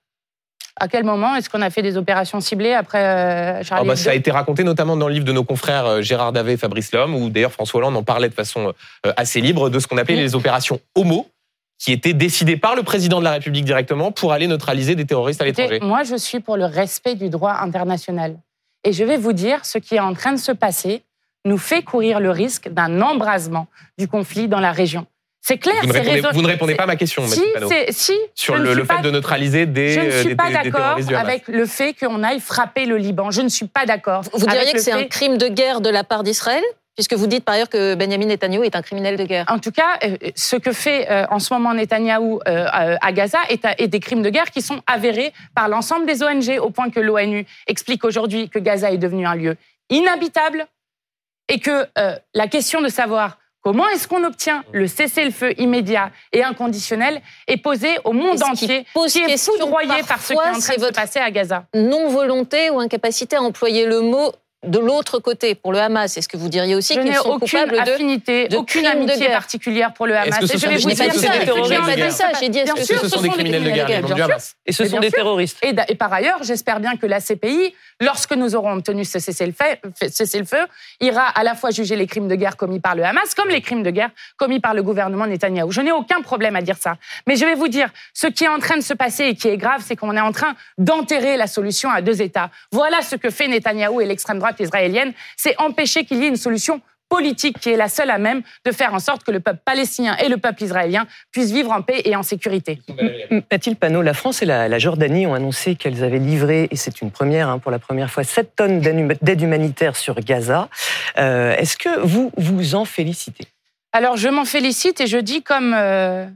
À quel moment est-ce qu'on a fait des opérations ciblées après euh, Ah Charlie bah, Hebdo? ça a été raconté notamment dans le livre de nos confrères euh, Gérard Davet et Fabrice Lhomme, où d'ailleurs François Hollande en parlait de façon euh, assez libre, de ce qu'on appelait Oui. les opérations homo, qui étaient décidées par le président de la République directement pour aller neutraliser des terroristes à l'étranger. Écoutez, moi, je suis pour le respect du droit international. Et je vais vous dire, ce qui est en train de se passer nous fait courir le risque d'un embrasement du conflit dans la région. C'est clair, Vous ne c'est répondez, raison- vous ne répondez c'est- pas à ma question, Si, Mathilde Panot. c'est- si, Sur je ne le, suis le fait pas- de neutraliser des, je ne euh, suis des- pas des- des d'accord terroristes du Hamas. avec le fait qu'on aille frapper le Liban. Je ne suis pas d'accord. Vous avec diriez que le c'est un fait- crime de guerre de la part d'Israël, puisque vous dites par ailleurs que Benjamin Netanyahou est un criminel de guerre. En tout cas, euh, ce que fait euh, en ce moment Netanyahou euh, euh, à Gaza est, à- est des crimes de guerre qui sont avérés par l'ensemble des O N G, au point que l'ONU explique aujourd'hui que Gaza est devenu un lieu inhabitable et que euh, la question de savoir comment est-ce qu'on obtient le cessez-le-feu immédiat et inconditionnel est posée au monde Et ce qui entier, pose qui est question foudroyé par ce qui est en parfois, train c'est de se votre- passer à Gaza. Non-volonté ou incapacité à employer le mot de l'autre côté, pour le Hamas. Est-ce que vous diriez aussi Je qu'ils n'ai sont aucune coupables de... affinité, de aucune crimes de amitié guerre. particulière pour le Hamas. Est-ce que ce Et je sont vais des- vous Je n'ai dire pas dit ce que sont ça, des je n'ai terroristes pas de dit ça, j'ai dit est-ce Bien que Est-ce que sûr, ce sont des criminels de guerre, les membres du Hamas? Et ce Et sont bien des sûr. terroristes. Et, da- et par ailleurs, j'espère bien que la C P I, lorsque nous aurons obtenu ce cessez-le-feu, cessez-le-feu, ira à la fois juger les crimes de guerre commis par le Hamas comme les crimes de guerre commis par le gouvernement Netanyahou. Je n'ai aucun problème à dire ça. Mais je vais vous dire, ce qui est en train de se passer et qui est grave, c'est qu'on est en train d'enterrer la solution à deux États. Voilà ce que fait Netanyahou et l'extrême droite israélienne, c'est empêcher qu'il y ait une solution politique qui est la seule à même de faire en sorte que le peuple palestinien et le peuple israélien puissent vivre en paix et en sécurité. Mathilde Panot, la France et la, la Jordanie ont annoncé qu'elles avaient livré, et c'est une première hein, pour la première fois, sept tonnes d'aide humanitaire sur Gaza. Euh, est-ce que vous vous en félicitez ? Alors, je m'en félicite et je dis, comme euh,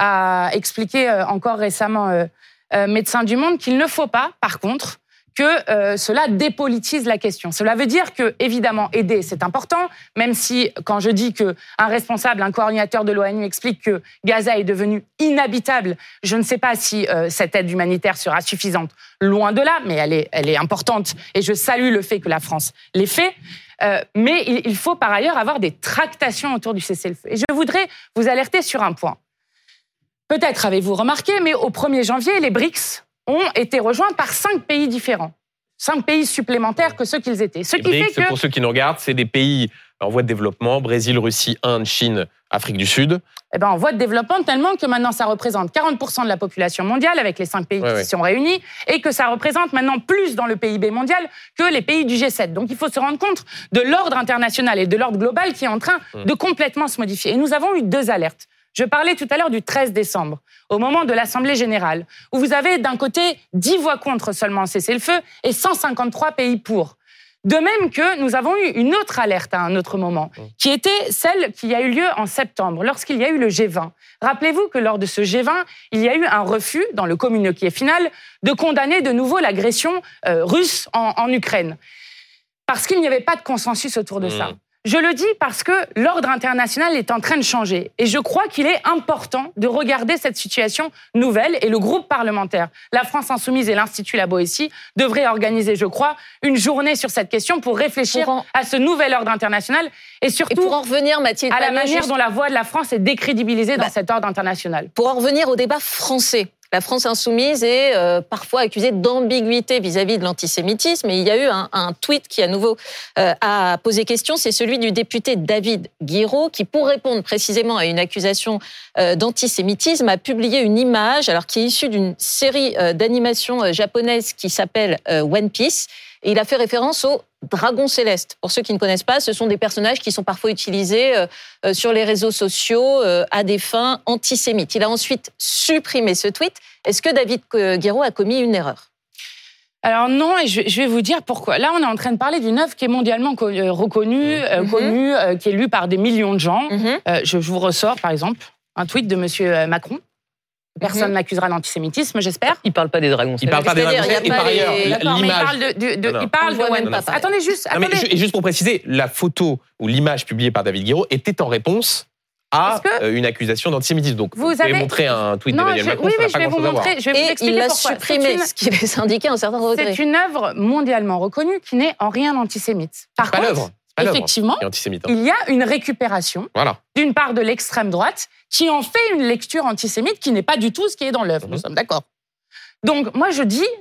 a expliqué euh, encore récemment euh, euh, Médecins du Monde, qu'il ne faut pas, par contre, que euh, cela dépolitise la question. Cela veut dire que, évidemment, aider, c'est important, même si, quand je dis qu'un responsable, un coordinateur de l'ONU explique que Gaza est devenu inhabitable, je ne sais pas si euh, cette aide humanitaire sera suffisante. Loin de là, mais elle est, elle est importante, et je salue le fait que la France l'ait fait. Euh, mais il, il faut par ailleurs avoir des tractations autour du cessez-le-feu. Et je voudrais vous alerter sur un point. Peut-être avez-vous remarqué, mais au premier janvier, les BRICS ont été rejoints par cinq pays différents. Cinq pays supplémentaires que ceux qu'ils étaient. Ce les qui BRICS, fait que... pour ceux qui nous regardent, c'est des pays en voie de développement, Brésil, Russie, Inde, Chine, Afrique du Sud. Eh ben, en voie de développement, tellement que maintenant ça représente quarante pour cent de la population mondiale avec les cinq pays ouais, qui ouais. sont réunis et que ça représente maintenant plus dans le P I B mondial que les pays du G sept. Donc il faut se rendre compte de l'ordre international et de l'ordre global qui est en train mmh. de complètement se modifier. Et nous avons eu deux alertes. Je parlais tout à l'heure du treize décembre, au moment de l'Assemblée générale, où vous avez d'un côté dix voix contre seulement cessez-le-feu et cent cinquante-trois pays pour. De même que nous avons eu une autre alerte à un autre moment, qui était celle qui a eu lieu en septembre, lorsqu'il y a eu le G vingt. Rappelez-vous que lors de ce G vingt, il y a eu un refus, dans le communiqué final, de condamner de nouveau l'agression euh, russe en, en Ukraine. Parce qu'il n'y avait pas de consensus autour de mmh. ça. Je le dis parce que l'ordre international est en train de changer. Et je crois qu'il est important de regarder cette situation nouvelle. Et le groupe parlementaire, la France Insoumise et l'Institut La Boétie devraient organiser, je crois, une journée sur cette question pour réfléchir pour en... à ce nouvel ordre international. Et surtout, et pour en revenir, Mathilde, à la manière juste... dont la voix de la France est décrédibilisée bah, dans cet ordre international. Pour en revenir au débat français. La France insoumise est euh, parfois accusée d'ambiguïté vis-à-vis de l'antisémitisme. Et il y a eu un, un tweet qui, à nouveau, euh, a posé question. C'est celui du député David Guiraud, qui, pour répondre précisément à une accusation euh, d'antisémitisme, a publié une image alors, qui est issue d'une série euh, d'animations euh, japonaises qui s'appelle euh, One Piece. Et il a fait référence au dragon céleste. Pour ceux qui ne connaissent pas, ce sont des personnages qui sont parfois utilisés euh, sur les réseaux sociaux euh, à des fins antisémites. Il a ensuite supprimé ce tweet. Est-ce que David Guiraud a commis une erreur ? Alors non, et je vais vous dire pourquoi. Là, on est en train de parler d'une œuvre qui est mondialement reconnue, euh, mm-hmm. connue, euh, qui est lue par des millions de gens. Mm-hmm. Euh, je, je vous ressors, par exemple, un tweet de M. Macron. Personne n'accusera mm-hmm. l'antisémitisme, j'espère. Il ne parle pas des dragons. Il ne parle pas des dragons. Et par ailleurs, les... l'image... Il parle de, de, de, il parle de One Piece. Attendez juste. Non, attendez. Mais, et juste pour préciser, la photo ou l'image publiée par David Guiraud était en réponse à que... une accusation d'antisémitisme. Donc, vous, vous avez montré un tweet non, d'Emmanuel je... Macron. Oui, oui, je vais vous montrer. Je vais et vous expliquer il l'a pourquoi. supprimé, une... ce qui laisse indiquer un certain regret. C'est une œuvre mondialement reconnue qui n'est en rien antisémite. Par c'est pas contre, l'œuvre. effectivement, hein. il y a une récupération voilà. d'une part de l'extrême droite qui en fait une lecture antisémite qui n'est pas du tout ce qui est dans l'œuvre. Mmh. Nous sommes d'accord. Donc, moi, je dis,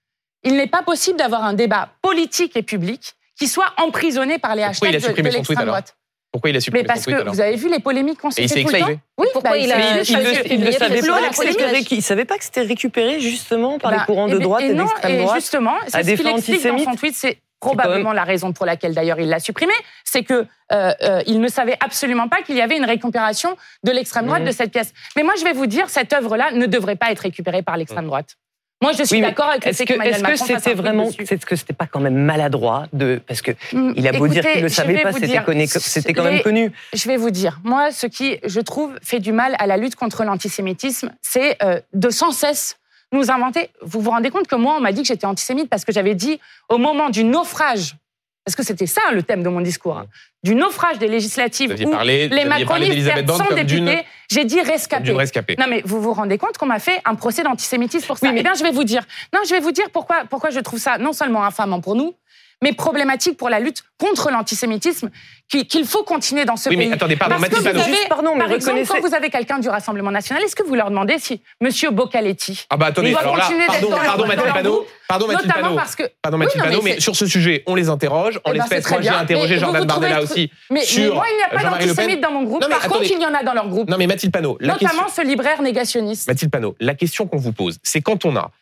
il n'est pas possible d'avoir un débat politique et public qui soit emprisonné par les hashtags de, de l'extrême droite. Pourquoi il a supprimé Mais parce son tweet, que alors vous avez vu les polémiques qu'on s'est fait tout le temps. Oui, pourquoi bah, il a il, il, il, il ne savait pas que c'était récu... il savait pas que c'était récupéré justement par bah, les courants de droite et, et, et d'extrême droite. Et justement, c'est ce qu'il explique dans son tweet, c'est probablement même... la raison pour laquelle d'ailleurs il l'a supprimé, c'est que euh, euh, il ne savait absolument pas qu'il y avait une récupération de l'extrême droite mmh. de cette pièce. Mais moi, je vais vous dire, cette œuvre-là ne devrait pas être récupérée par l'extrême mmh. droite. Moi, je suis oui, d'accord avec le fait qu'Emmanuel Macron fasse un c'était vraiment, est-ce que c'était pas quand même maladroit de, parce que mmh, il a beau écoutez, dire qu'il ne savait pas, c'était, connu, c'était quand même connu. Je vais vous dire, moi, ce qui, je trouve, fait du mal à la lutte contre l'antisémitisme, c'est euh, de sans cesse nous inventer. Vous vous rendez compte que moi, on m'a dit que j'étais antisémite parce que j'avais dit au moment du naufrage, parce que c'était ça le thème de mon discours, hein, du naufrage des législatives où parlé, les macronistes perdent cent députés, j'ai dit rescapé. Non mais vous vous rendez compte qu'on m'a fait un procès d'antisémitisme pour ça. Oui, mais... Eh bien je vais vous dire, non je vais vous dire pourquoi, pourquoi je trouve ça non seulement infamant pour nous, mais problématique pour la lutte contre l'antisémitisme qu'il faut continuer dans ce oui, pays. Oui, mais attendez, pardon, Parce que vous avez, juste, pardon, mais par exemple, reconnaissez... quand vous avez quelqu'un du Rassemblement national, est-ce que vous leur demandez si M. Boccaletti ah bah attendez, doit alors là, continuer pardon, d'être pardon, dans Mathilde Panot, pardon, Mathilde notamment Panot, parce que... pardon, Mathilde oui, non, Panot, mais, mais sur ce sujet, on les interroge. En eh ben, l'espèce, moi, j'ai interrogé Jordan Bardella aussi mais, sur mais moi, il n'y a pas Jean-Marie Le Pen. d'antisémite dans mon groupe. Par contre, il y en a dans leur groupe. Non, mais Mathilde Panot, notamment ce libraire négationniste. Mathilde Panot, la question qu'on vous pose, c'est quand on a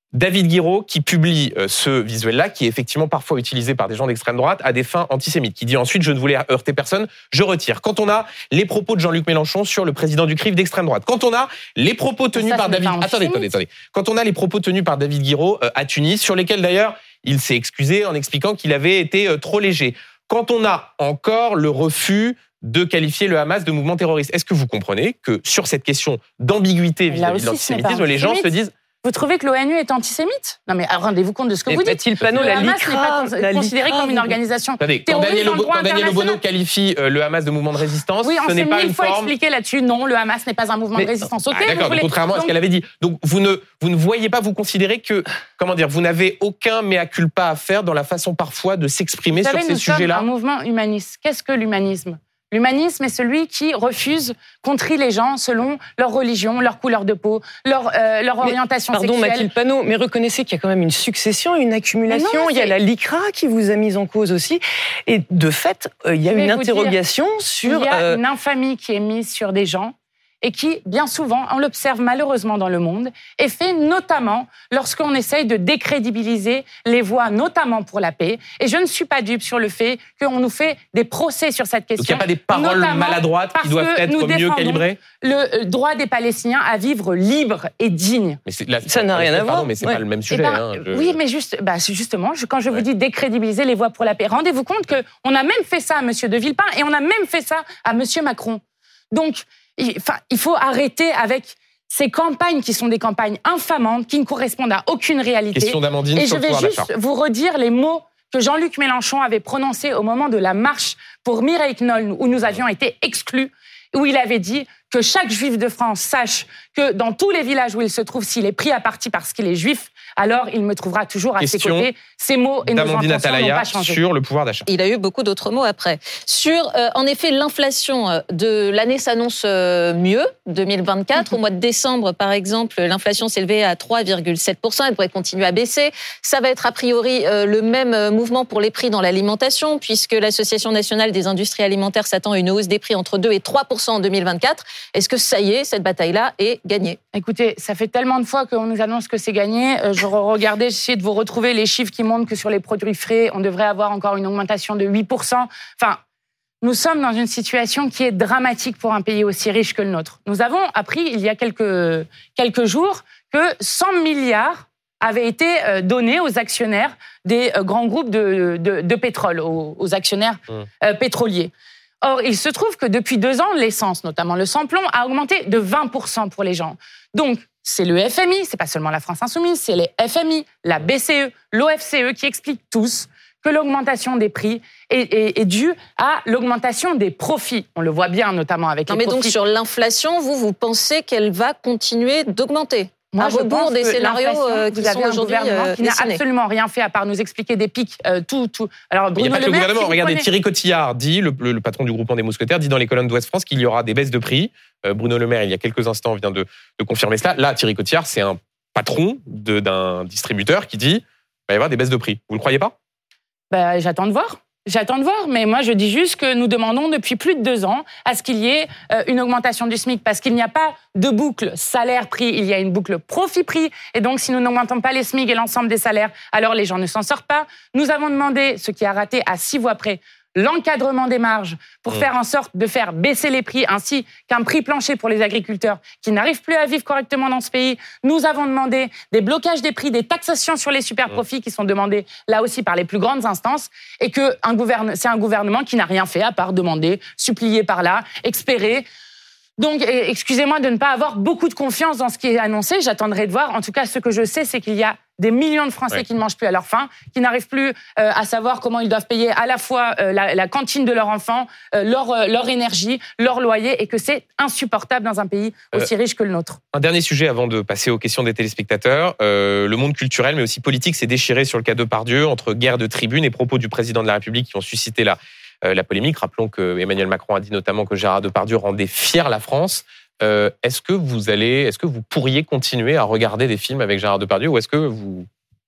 David Guiraud qui publie euh, ce visuel-là, qui est effectivement parfois utilisé par des gens d'extrême droite à des fins antisémites, qui dit ensuite « je ne voulais heurter personne, je retire ». Quand on a les propos de Jean-Luc Mélenchon sur le président du C R I F d'extrême droite, quand on a les propos tenus ça, par David... Attendez, attendez, attendez. Quand on a les propos tenus par David Guiraud euh, à Tunis, sur lesquels d'ailleurs il s'est excusé en expliquant qu'il avait été euh, trop léger. Quand on a encore le refus de qualifier le Hamas de mouvement terroriste, est-ce que vous comprenez que sur cette question d'ambiguïté vis-à-vis de l'antisémitisme, les gens se disent... Vous trouvez que l'ONU est antisémite ? Non mais rendez-vous compte de ce que Et vous dites. Mathilde Panot, le la Hamas LICRA, n'est pas la considéré LICRA, comme une organisation Attendez, quand terroriste Daniel dans le Obono, droit quand Daniel Obono international. qualifie euh, le Hamas de mouvement de résistance, Oui, on ce s'est n'est pas mille une fois forme... expliqué là-dessus. Non, le Hamas n'est pas un mouvement Mais- de résistance. Ok, Ah, d'accord, vous voulez- contrairement à ce donc- qu'elle avait dit. Donc vous ne, vous ne voyez pas, vous considérez que, comment dire, vous n'avez aucun mea culpa à faire dans la façon parfois de s'exprimer Vous sur savez, ces nous sommes sujets-là. un mouvement humaniste. Qu'est-ce que l'humanisme ? L'humanisme est celui qui refuse qu'on trie les gens selon leur religion, leur couleur de peau, leur, euh, leur Mais, orientation Pardon sexuelle. Mathilde Panot, mais reconnaissez qu'il y a quand même une succession, une accumulation. Mais non, il y a c'est- la LICRA qui vous a mise en cause aussi. Et de fait, euh, il y a Je vais une vous dire, interrogation sur... Il y a euh, une infamie qui est mise sur des gens et qui, bien souvent, on l'observe malheureusement dans le monde, est fait notamment lorsqu'on essaye de décrédibiliser les voix, notamment pour la paix. Et je ne suis pas dupe sur le fait qu'on nous fait des procès sur cette question. Donc il n'y a pas des paroles notamment maladroites parce qui doivent que être nous mieux défendons calibrées. Le droit des Palestiniens à vivre libre et digne. Mais c'est- là, Ça n'a rien à pardon, voir. mais c'est Ouais. pas le même Eh sujet. ben, hein, je- Oui, mais juste, bah, c'est justement, je- quand je vous Ouais. dis décrédibiliser les voix pour la paix, rendez-vous compte qu'on a même fait ça à M. de Villepin et on a même fait ça à M. Macron. Donc, il, enfin, il faut arrêter avec ces campagnes qui sont des campagnes infamantes, qui ne correspondent à aucune réalité. Question d'Amandine Et sur je le vais pouvoir juste d'achat. vous redire les mots que Jean-Luc Mélenchon avait prononcés au moment de la marche pour Mireille Knoll, où nous avions été exclus, où il avait dit que chaque juif de France sache que dans tous les villages où il se trouve, s'il est pris à partie parce qu'il est juif, alors il me trouvera toujours à ses Question côtés. Ces mots et nos D'Amandine intentions n'ont Atalaya pas changé. sur le pouvoir d'achat. Il a eu beaucoup d'autres mots après. Sur, euh, en effet, l'inflation euh, de l'année s'annonce euh, mieux, deux mille vingt-quatre. Mhm. Au mois de décembre, par exemple, l'inflation s'élevait à trois virgule sept pour cent. Elle pourrait continuer à baisser. Ça va être a priori euh, le même euh, mouvement pour les prix dans l'alimentation, puisque l'Association nationale des industries alimentaires s'attend à une hausse des prix entre deux et trois pour cent en deux mille vingt-quatre. Est-ce que ça y est, cette bataille-là est gagnée ? Écoutez, ça fait tellement de fois qu'on nous annonce que c'est gagné. Euh, Je regardais, j'essayais de vous retrouver les chiffres qui montrent que sur les produits frais, on devrait avoir encore une augmentation de huit pour cent. Enfin, nous sommes dans une situation qui est dramatique pour un pays aussi riche que le nôtre. Nous avons appris il y a quelques, quelques jours que cent milliards avaient été euh, donnés aux actionnaires des euh, grands groupes de, de, de pétrole, aux, aux actionnaires Mmh. euh, pétroliers. Or, il se trouve que depuis deux ans, l'essence, notamment le sans-plomb, a augmenté de vingt pour cent pour les gens. Donc, c'est le F M I, c'est pas seulement la France Insoumise, c'est les F M I, la B C E, l'O F C E qui expliquent tous que l'augmentation des prix est, est, est due à l'augmentation des profits. On le voit bien, notamment avec Non, les mais donc profits. sur l'inflation, vous, vous pensez qu'elle va continuer d'augmenter ? Moi, à je rebours pense des que scénarios l'inflation, euh, qui vous avez sont un aujourd'hui gouvernement euh, qui n'a dessinés. absolument rien fait à part nous expliquer des pics, euh, tout, tout. Alors, Mais il n'y Bruno a pas que Le le Maire, gouvernement. si vous Regardez, prenez- Thierry Cotillard dit, le, le- le patron du groupement des mousquetaires, dit dans les colonnes d'Ouest France qu'il y aura des baisses de prix. Euh, Bruno Le Maire, il y a quelques instants, vient de, de confirmer cela. Là, Thierry Cotillard, c'est un patron de- d'un distributeur qui dit qu'il va y avoir des baisses de prix. Vous ne le croyez pas ? Ben, j'attends de voir. J'attends de voir, mais moi je dis juste que nous demandons depuis plus de deux ans à ce qu'il y ait euh, une augmentation du SMIC parce qu'il n'y a pas de boucle salaire-prix, il y a une boucle profit-prix et donc si nous n'augmentons pas les SMIC et l'ensemble des salaires, alors les gens ne s'en sortent pas. Nous avons demandé, ce qui a raté à six voix près, l'encadrement des marges pour Mmh. faire en sorte de faire baisser les prix ainsi qu'un prix plancher pour les agriculteurs qui n'arrivent plus à vivre correctement dans ce pays. Nous avons demandé des blocages des prix, des taxations sur les super profits qui sont demandés là aussi par les plus grandes instances et que un gouverne, c'est un gouvernement qui n'a rien fait à part demander, supplier par là, espérer. Donc, eh, excusez-moi de ne pas avoir beaucoup de confiance dans ce qui est annoncé. J'attendrai de voir. En tout cas, ce que je sais, c'est qu'il y a des millions de Français Ouais. qui ne mangent plus à leur faim, qui n'arrivent plus euh, à savoir comment ils doivent payer à la fois euh, la, la cantine de leur enfant, euh, leur, euh, leur énergie, leur loyer, et que c'est insupportable dans un pays aussi riche que le nôtre. Un dernier sujet avant de passer aux questions des téléspectateurs. Euh, le monde culturel, mais aussi politique, s'est déchiré sur le cas Depardieu entre guerre de tribune et propos du président de la République qui ont suscité la, euh, la polémique. Rappelons que Emmanuel Macron a dit notamment que Gérard Depardieu rendait fière la France. Euh, est-ce que vous allez, est-ce que vous pourriez continuer à regarder des films avec Gérard Depardieu ou est-ce que vous arrêtez ?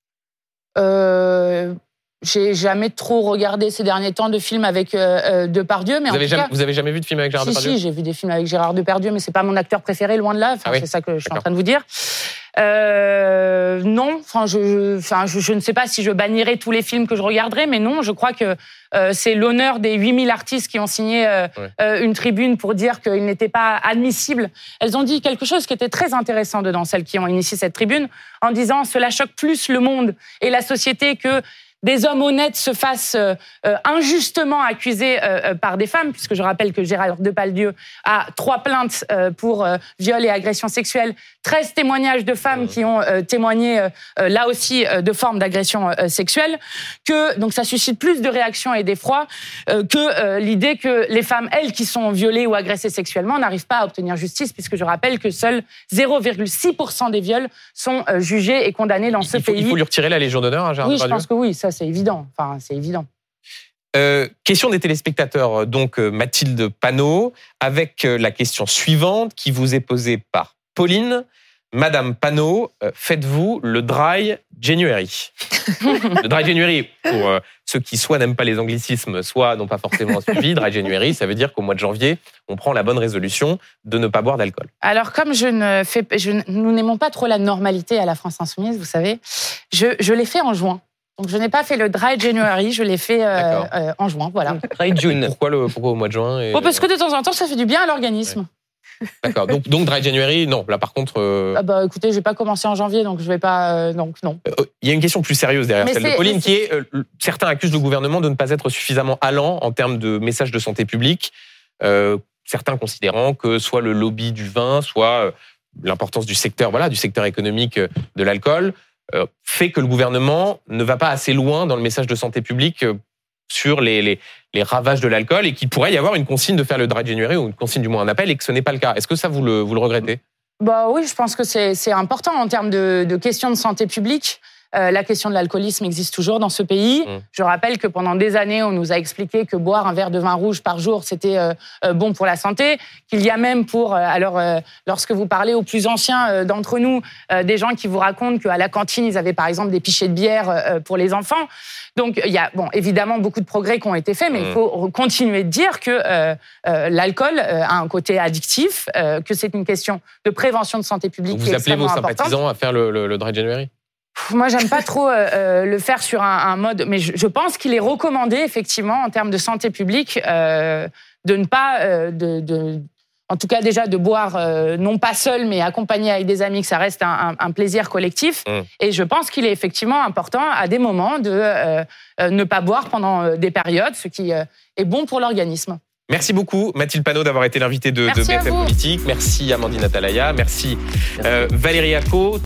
Euh, j'ai jamais trop regardé ces derniers temps de films avec euh, euh, Depardieu, mais Vous en avez, tout jamais, cas, vous avez jamais vu de film avec Gérard si, Depardieu ? si, j'ai vu des films avec Gérard Depardieu, mais c'est pas mon acteur préféré, loin de là. Enfin, Ah oui, c'est ça que je suis d'accord. en train de vous dire. Euh, non, enfin, je, je, enfin, je, je ne sais pas si je bannirai tous les films que je regarderai, mais non, je crois que euh, c'est l'honneur des huit mille artistes qui ont signé euh, ouais. euh, une tribune pour dire qu'il n'était pas admissible. Elles ont dit quelque chose qui était très intéressant dedans, celles qui ont initié cette tribune, en disant « cela choque plus le monde et la société que des hommes honnêtes se fassent euh, injustement accusés euh, par des femmes, puisque je rappelle que Gérard Depardieu a trois plaintes euh, pour euh, viol et agression sexuelle, treize témoignages de femmes mmh. qui ont euh, témoigné euh, là aussi euh, de formes d'agression euh, sexuelle, que donc ça suscite plus de réactions et d'effroi euh, que euh, l'idée que les femmes, elles, qui sont violées ou agressées sexuellement, n'arrivent pas à obtenir justice, puisque je rappelle que seuls zéro virgule six pour cent des viols sont euh, jugés et condamnés dans ce il faut, pays. Il faut lui retirer la Légion d'honneur à Gérard Oui, Depardieu. Je pense que oui, ça c'est évident. Enfin, c'est évident. Euh, question des téléspectateurs, donc Mathilde Panot, avec la question suivante qui vous est posée par Pauline. Madame Panot, faites-vous le dry January? Le dry January, pour ceux qui soit n'aiment pas les anglicismes, soit n'ont pas forcément suivi, dry January, ça veut dire qu'au mois de janvier, on prend la bonne résolution de ne pas boire d'alcool. Alors, comme je ne fais, je, nous n'aimons pas trop la normalité à la France Insoumise, vous savez, je, je l'ai fait en juin. Donc, je n'ai pas fait le dry January, je l'ai fait euh, euh, en juin, voilà. Dry June. Pourquoi, le, pourquoi au mois de juin et... Bon, parce que de temps en temps, ça fait du bien à l'organisme. Ouais. D'accord. Donc, donc, dry January, non. Là, par contre... Euh... Ah bah, écoutez, je n'ai pas commencé en janvier, donc je ne vais pas... Euh, donc, non. Il euh, y a une question plus sérieuse derrière mais celle de Pauline, qui est... Euh, certains accusent le gouvernement de ne pas être suffisamment allant en termes de messages de santé publique, euh, certains considérant que soit le lobby du vin, soit euh, l'importance du secteur, voilà, du secteur économique de l'alcool... Euh, fait que le gouvernement ne va pas assez loin dans le message de santé publique euh, sur les, les, les ravages de l'alcool et qu'il pourrait y avoir une consigne de faire le dry January ou une consigne du moins un appel et que ce n'est pas le cas. Est-ce que ça, vous le, vous le regrettez? Bah oui, je pense que c'est, c'est important en termes de, de questions de santé publique. Euh, la question de l'alcoolisme existe toujours dans ce pays. Mmh. Je rappelle que pendant des années, on nous a expliqué que boire un verre de vin rouge par jour, c'était euh, euh, bon pour la santé. Qu'il y a même pour, euh, alors, euh, lorsque vous parlez aux plus anciens euh, d'entre nous, euh, des gens qui vous racontent qu'à la cantine, ils avaient par exemple des pichets de bière euh, pour les enfants. Donc, il y a, bon, évidemment, beaucoup de progrès qui ont été faits, mais mmh. il faut continuer de dire que euh, euh, l'alcool euh, a un côté addictif, euh, que c'est une question de prévention de santé publique. Donc vous appelez vos sympathisants à faire le, le, le dry January? Moi, j'aime pas trop euh, le faire sur un, un mode, mais je, je pense qu'il est recommandé, effectivement, en termes de santé publique, euh, de ne pas, euh, de, de, en tout cas déjà de boire, euh, non pas seul, mais accompagné avec des amis, que ça reste un, un, un plaisir collectif. Mmh. Et je pense qu'il est effectivement important, à des moments, de euh, euh, ne pas boire pendant des périodes, ce qui euh, est bon pour l'organisme. Merci beaucoup, Mathilde Panot, d'avoir été l'invitée de, de B F M Politique. Merci, Amandine Atalaya. Merci, euh, Valérie Acco.